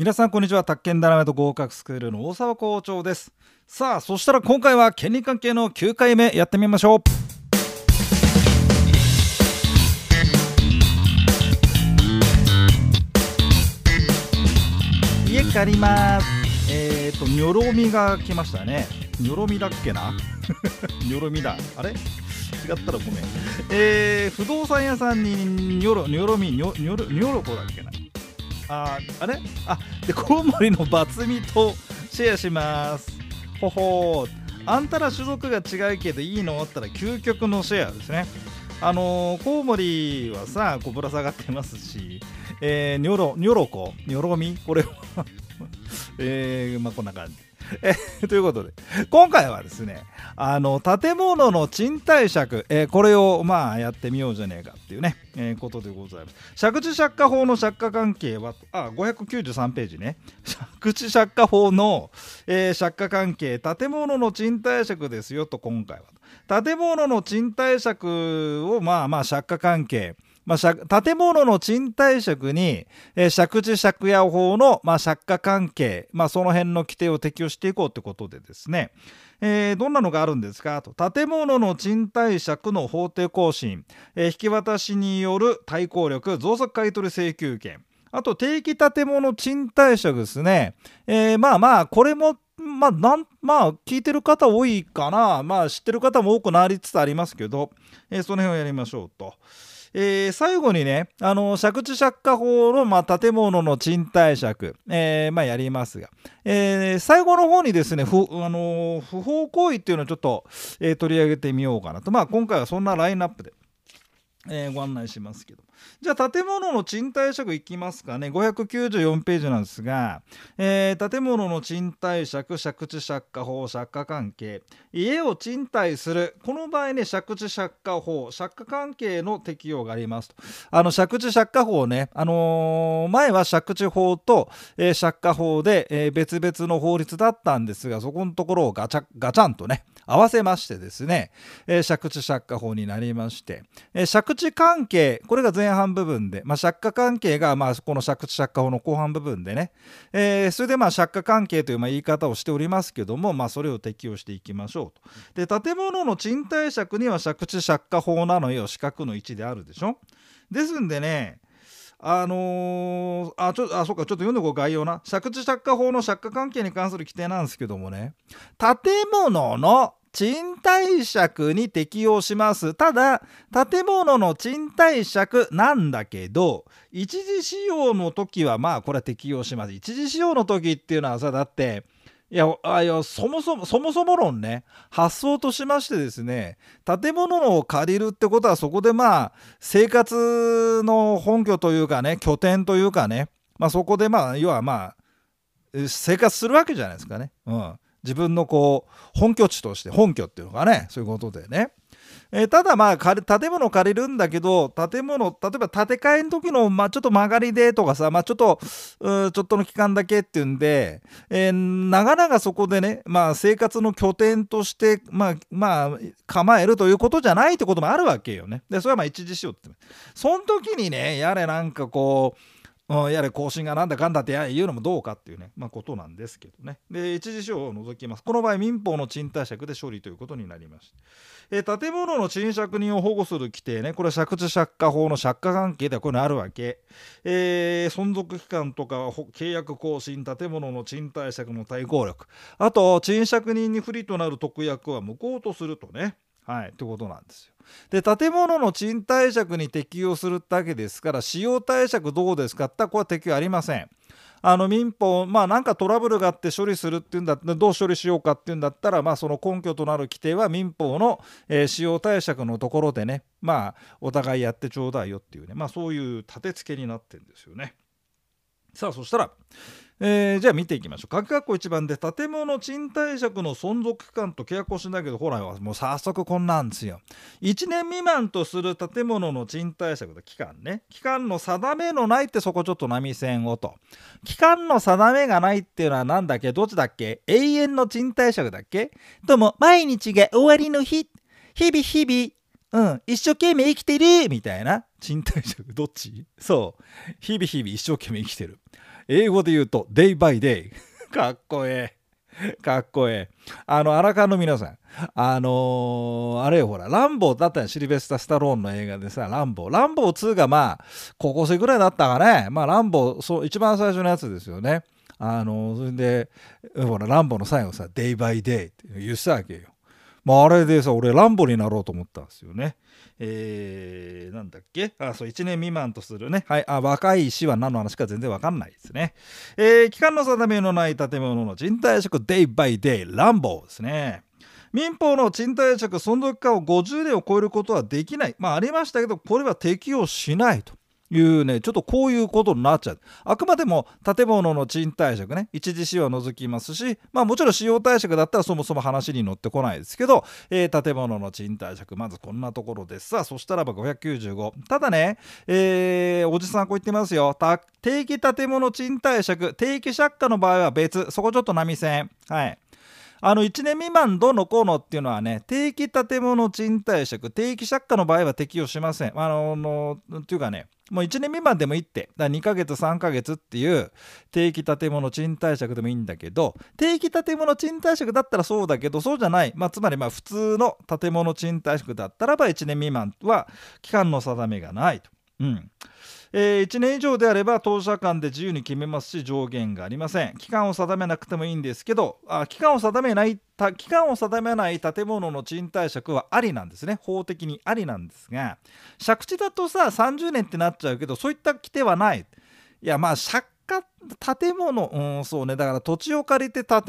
皆さんこんにちは。宅建ダイナマイト合格スクールの大沢校長です。さあ、そしたら今回は権利関係の9回目やってみましょう。家借ります。ニョロミが来ましたね。ニョロミだっけなニョロミだ。あれ違ったらごめん。不動産屋さんにニョロコだっけな。あれでコウモリのバツミとシェアします。ほほー。あんたら種族が違うけどいいのあったら究極のシェアですね。コウモリはさこうぶら下がってますし、ニョロミこれはこんな感じ。ということで今回はですね建物の賃貸借、これをやってみようじゃねえかっていうね、ことでございます。借地借家法の借家関係は593ページね。借地借家法の、借家関係建物の賃貸借ですよと。今回は建物の賃貸借を借家関係、建物の賃貸借に、借地借家法の、借家関係、その辺の規定を適用していこうということでですね、どんなのがあるんですかと。建物の賃貸借の法定更新、引き渡しによる対抗力、増作買取請求権、あと定期建物賃貸借ですね。これも聞いてる方多いかな。知ってる方も多くなりつつありますけど、その辺をやりましょうと。最後にね借地借家法の、建物の賃貸借、やりますが、最後の方にですね不法行為っていうのをちょっと、取り上げてみようかなと。今回はそんなラインナップでご案内しますけど、じゃあ建物の賃貸借いきますかね。594ページなんですが、建物の賃貸借、借地借家法、借家関係、家を賃貸する、この場合ね借地借家法、借家関係の適用がありますと。借地借家法ね、前は借地法と、借家法で、別々の法律だったんですが、そこのところをガチャンとね合わせましてですね、借地借家法になりまして、借地関係、これが前半部分で、借家関係がこの借地借家法の後半部分でね、それで借家関係という言い方をしておりますけども、それを適用していきましょうと。で建物の賃貸借には借地借家法なのよ、四角の1であるでしょ。ですんでねちょっと読んでおこう概要な。借地借家法の借家関係に関する規定なんですけどもね、建物の賃貸借に適用します。ただ建物の賃貸借なんだけど、一時使用の時はこれは適用します。一時使用の時っていうのはさ、だってそもそも論ね、発想としましてですね、建物を借りるってことはそこで生活の本拠というかね、拠点というかね、そこで要は生活するわけじゃないですかね。自分の本拠地として、本拠っていうのがね、そういうことでね。ただ建物借りるんだけど、例えば建て替えの時のちょっと曲がりでとかさ、ちょっとの期間だけっていうんで、長々そこでね生活の拠点として構えるということじゃないってこともあるわけよね。でそれは一時使用って、その時にねやれやれ更新がなんだかんだって言うのもどうかっていうねことなんですけどね。で一時使用を除きます。この場合民法の賃貸借で処理ということになりました。建物の賃借人を保護する規定ね、これは借地借家法の借家関係ではこういうのあるわけ。存続期間とか契約更新、建物の賃貸借の対抗力、あと賃借人に不利となる特約は無効とするとね、ということなんですよ。で建物の賃貸借に適用するだけですから、使用貸借どうですかってこれは適用ありません。民法なんかトラブルがあって処理するっていうんだったら、どう処理しようかっていうんだったら、その根拠となる規定は民法の、使用貸借のところでねお互いやってちょうだいよっていうねそういう立て付けになってるんですよね。さあそしたらじゃあ見ていきましょう。各括弧1番で建物賃貸借の存続期間と契約更新だけど、ほらもう早速こんなんですよ。1年未満とする建物の賃貸借の期間ね、期間の定めのないって、そこちょっと波線をと。期間の定めがないっていうのはなんだっけ、どっちだっけ、永遠の賃貸借だっけ、とも毎日が終わりの日々一生懸命生きてるみたいな賃貸借、どっち？そう、日々一生懸命生きてる。 英語で言うと Day by Day かっこええかっこええ。アラカンの皆さん、あれよ、ほらランボーだったよ、シルベスタ・スタローンの映画でさ、ランボー2がまあ高校生ぐらいだったかね。まあランボー、そう一番最初のやつですよね。それでほらランボーの最後さ Day by Day って言ってたわけよ。まああれでさ、俺ランボーになろうと思ったんですよね。なんだっけ、そう1年未満とするね、はい、若い死は何の話か全然わかんないですね。期間の定めのない建物の賃貸借 Day by Day ランボーですね。民法の賃貸借存続期間を50年を超えることはできない、まあありましたけど、これは適用しないというね、ちょっとこういうことになっちゃう。あくまでも建物の賃貸借ね、一時使用を除きますし、まあもちろん使用貸借だったらそもそも話に乗ってこないですけど、建物の賃貸借、まずこんなところですさ。そしたらば595。ただね、おじさんこう言ってますよ。定期建物賃貸借、定期借家の場合は別。そこちょっと波線。はい。1年未満どのこうのっていうのはね、定期建物賃貸借、定期借家の場合は適用しません。っていうかね、もう1年未満でもいいって、だから2ヶ月3ヶ月っていう定期建物賃貸借でもいいんだけど、定期建物賃貸借だったらそうだけど、そうじゃない、つまり普通の建物賃貸借だったらば1年未満は期間の定めがないと。1年以上であれば当社間で自由に決めますし、上限がありません。期間を定めなくてもいいんですけど、期間を定めない建物の賃貸借はありなんですね。法的にありなんですが、借地だとさ30年ってなっちゃうけど、そういった規定はない。いや借家建物、そうね、だから土地を借りて他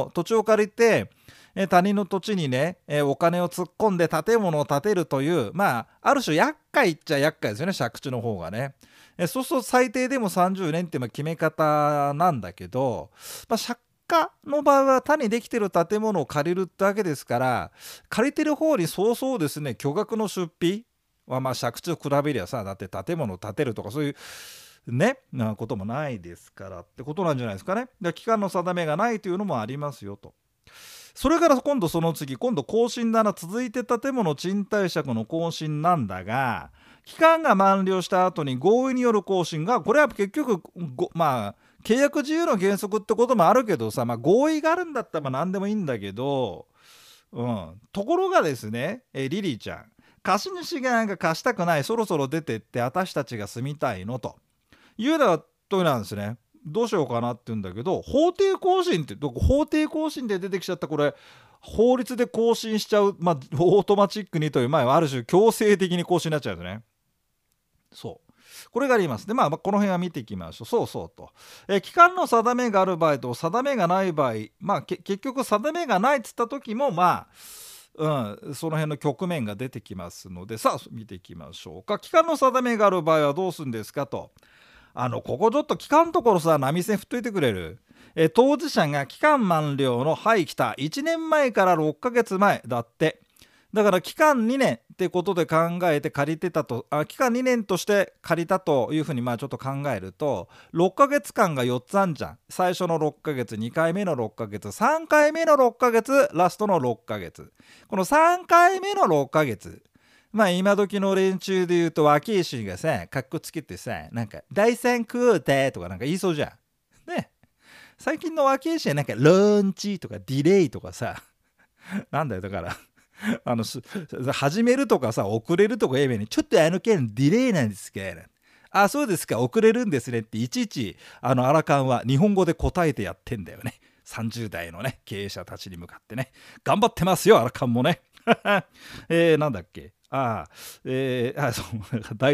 人の土地にね、お金を突っ込んで建物を建てるという、ある種厄介っちゃ厄介ですよね、借地の方がね。そうすると最低でも30年っていう決め方なんだけど、借家の場合は他にできてる建物を借りるってわけですから、借りてる方にそうですね、巨額の出費は借地と比べりゃさ、だって建物を建てるとかそういうねなこともないですからってことなんじゃないですかね。期間の定めがないというのもありますよと。それから今度更新だな。続いて建物賃貸借の更新なんだが、期間が満了した後に合意による更新が、これは結局契約自由の原則ってこともあるけどさ、合意があるんだったら何でもいいんだけど、ところがですね、リリーちゃん、貸主側が貸したくない、そろそろ出てって私たちが住みたいのというような問いなんですね。どうしようかなって言うんだけど、法定更新って法定更新で出てきちゃった。これ法律で更新しちゃう、オートマチックにという、ある種強制的に更新になっちゃうよね。そうこれがあります。でこの辺は見ていきましょう。そうと、期間の定めがある場合と定めがない場合、結局定めがないっつった時もその辺の局面が出てきますので、さあ見ていきましょうか。期間の定めがある場合はどうするんですかと。ここちょっと期間のところさ、波線振っといてくれる？当事者が期間満了の来た1年前から6ヶ月前だって。だから期間2年ってことで考えて借りてたと、期間2年として借りたというふうにちょっと考えると、6ヶ月間が4つあんじゃん。最初の6ヶ月、2回目の6ヶ月、3回目の6ヶ月、ラストの6ヶ月。この3回目の6ヶ月、今時の連中で言うと若い衆がさ、かっこつけてさ、第3クォーターとか言いそうじゃんね。最近の若い衆はローンチとかディレイとかさ、なんだよ、だから始めるとかさ、遅れるとか言えばね、ちょっと件ディレイなんですか、そうですか、遅れるんですねっていちいちアラカンは日本語で答えてやってんだよね。30代のね経営者たちに向かってね、頑張ってますよアラカンもね。なんだっけ、そう第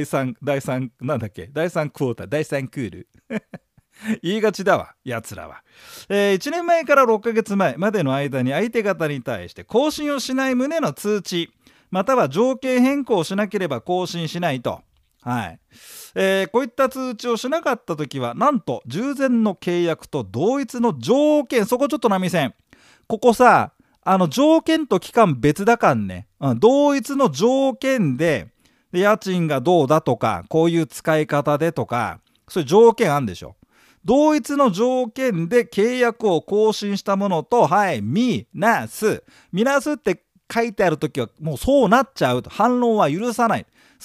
3なんだっけ、第3クォーター、第3クール言いがちだわ、やつらは。1年前から6ヶ月前までの間に相手方に対して更新をしない旨の通知、または条件変更しなければ更新しないと。こういった通知をしなかったときは、なんと従前の契約と同一の条件、そこちょっと波線。ここさ、条件と期間別だかんね。同一の条件で、家賃がどうだとか、こういう使い方でとか、そういう条件あるんでしょ。同一の条件で契約を更新したものと、みなすって書いてあるときはもうそうなっちゃうと。反論は許さない。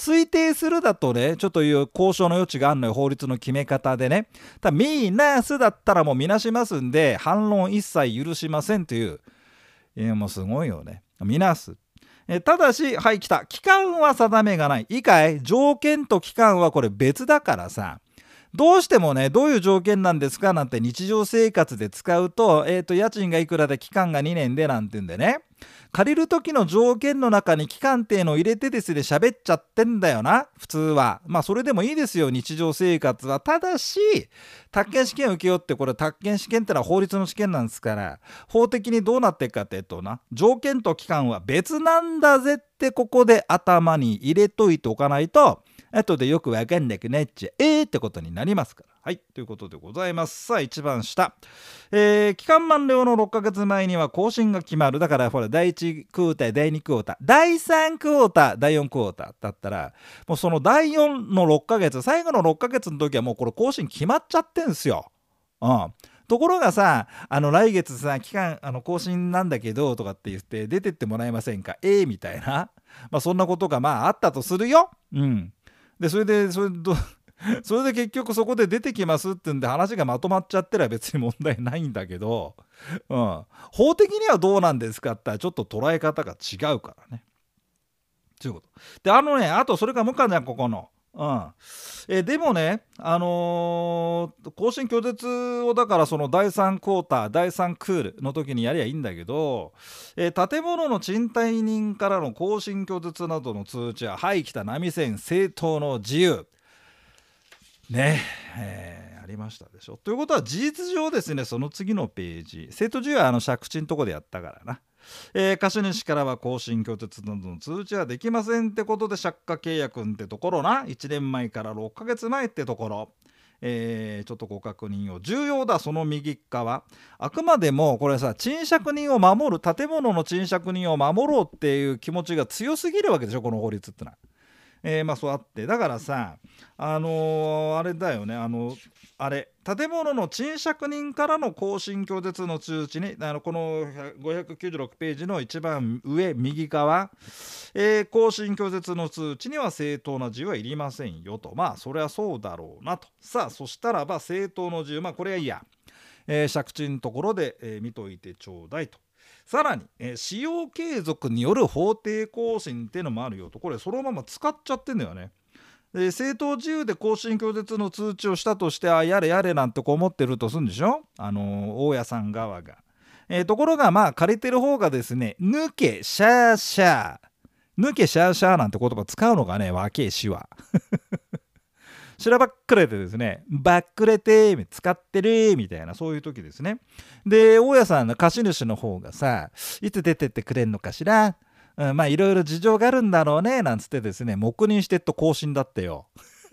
推定するだとね、ちょっという交渉の余地があるのよ、法律の決め方でね。ただみなすだったらもうみなしますんで、反論一切許しませんという。もうすごいよね。みなす。ただし、はい、来た。期間は定めがない。いいかい？条件と期間はこれ別だからさ。どうしてもね、どういう条件なんですかなんて日常生活で使うと、家賃がいくらで期間が2年でなんて言うんでね。借りる時の条件の中に期間っていうのを入れてですね、喋っちゃってんだよな、普通は。まあ、それでもいいですよ、日常生活は。ただし、宅建試験を受けようって、これ宅建試験ってのは法律の試験なんですから、法的にどうなっていくかってな、条件と期間は別なんだぜってここで頭に入れといておかないと、後でよくわかんなくなっちゃってことになりますから。はい、ということでございます。さあ、一番下。期間満了の6ヶ月前には更新が決まる。だから、ほら、第1クォーター、第2クォーター、第3クォーター、第4クォーターだったら、もうその第4の6ヶ月、最後の6ヶ月の時はもうこれ更新決まっちゃってんすよ。うん。ところがさ、来月さ、期間、更新なんだけど、とかって言って、出てってもらえませんかみたいな。まあ、そんなことがまああったとするよ。うん。で、それで結局そこで出てきますってんで話がまとまっちゃってら別に問題ないんだけど、うん、法的にはどうなんですかってちょっと捉え方が違うからね。ということ。で、あとそれからもう一回ね、ここの。でもね、更新拒絶をだからその第3クォーター、第3クールの時にやりゃいいんだけど、建物の賃貸人からの更新拒絶などの通知は、はい、来た波線正当の自由。ね、ありましたでしょ。ということは事実上ですね、その次のページ、正当自由は借地のとこでやったからな。貸主からは更新拒絶などの通知はできませんってことで借家契約ってところな、1年前から6ヶ月前ってところ、ちょっとご確認を。重要だ、その右側。あくまでもこれさ、賃借人を守る、建物の賃借人を守ろうっていう気持ちが強すぎるわけでしょ、この法律ってのは。まあそうあって、だからさ、あれだよね、建物の賃借人からの更新拒絶の通知に、この596ページの一番上右側、更新拒絶の通知には正当な自由はいりませんよと。まあそれはそうだろうなと。さあ、そしたらば正当の自由、まあこれはいいや、借地のところで、見といてちょうだいと。さらに、使用継続による法定更新っていうのもあるよと。これそのまま使っちゃってんだよね。で、正当自由で更新拒絶の通知をしたとして、やれやれなんてこう思ってるとするんでしょ、大家さん側が。ところがまあ借りてる方がですね、抜けシャーシャー抜けシャーシャーなんて言葉使うのかね、若えしは。しらばっくれてですね、ばっくれて使ってるみたいな、そういう時ですね。で、大家さんの貸主の方がさ、いつ出てってくれんのかしら、まあいろいろ事情があるんだろうねなんつってですね、黙認してっと更新だってよ。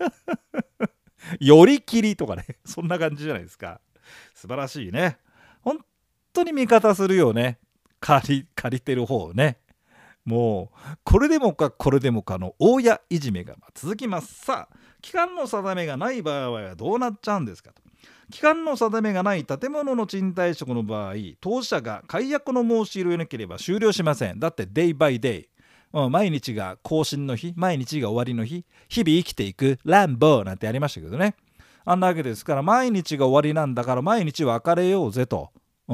よりきりとかね、そんな感じじゃないですか。素晴らしいね。本当に味方するよね、借りてる方ね。もうこれでもかこれでもかの大家いじめが続きます。さあ、期間の定めがない場合はどうなっちゃうんですかと。期間の定めがない建物の賃貸借の場合、当事者が解約の申し入れをなければ終了しません。だってデイバイデイ、毎日が更新の日、毎日が終わりの日、日々生きていくランボーなんてやりましたけどね。あんなわけですから、毎日が終わりなんだから毎日別れようぜと、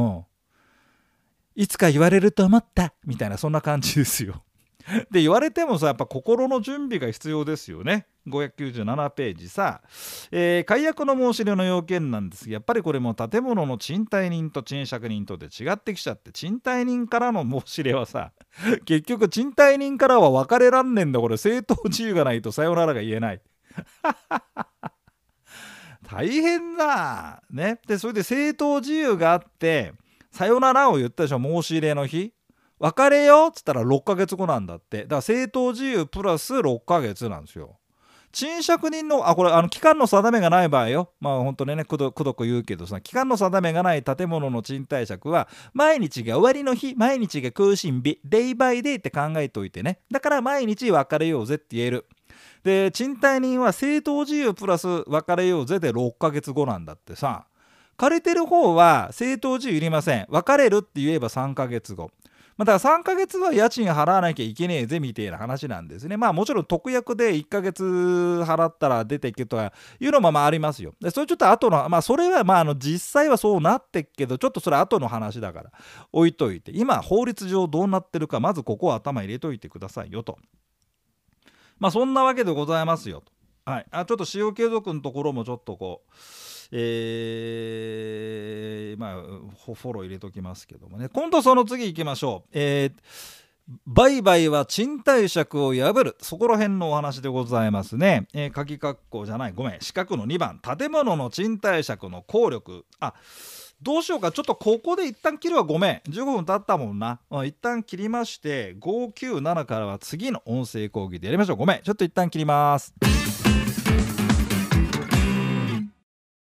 いつか言われると思ったみたいな、そんな感じですよ。で、言われてもさ、やっぱ心の準備が必要ですよね。597ページさ、解約の申し入れの要件なんですが、やっぱりこれも建物の賃貸人と賃借人とで違ってきちゃって、賃貸人からの申し入れはさ、結局賃貸人からは別れらんねんだ。これ正当自由がないとさよならが言えない。大変だね。で、それで正当自由があってさよならを言ったでしょ、申し入れの日。別れよっつったら6ヶ月後なんだって。だから正当自由プラス6ヶ月なんですよ。賃借人のこれ期間の定めがない場合よ。まあ本当にね、くどく言うけどさ、期間の定めがない建物の賃貸借は毎日が終わりの日、毎日が更新日、デイバイデイって考えておいてね。だから毎日別れようぜって言える。で、賃貸人は正当自由プラス別れようぜで6ヶ月後なんだってさ。借りてる方は正当自由いりません。別れるって言えば3ヶ月後。 だから3ヶ月は家賃払わなきゃいけねえぜみたいな話なんですね。もちろん特約で1ヶ月払ったら出ていくとかいうのもありますよ。でそれちょっと後のそれは実際はそうなってっけど、ちょっとそれ後の話だから置いといて、今法律上どうなってるかまずここは頭入れといてくださいよと。そんなわけでございますよと。はい、ちょっと使用継続のところもちょっとこうフォロー入れときますけどもね。今度その次行きましょう。売買は賃貸借を破る、そこら辺のお話でございますね。鍵括弧じゃない、ごめん、四角の2番、建物の賃貸借の効力。どうしようか、ちょっとここで一旦切るわ。ごめん、15分経ったもんな。一旦切りまして、597からは次の音声講義でやりましょう。ごめん、ちょっと一旦切ります。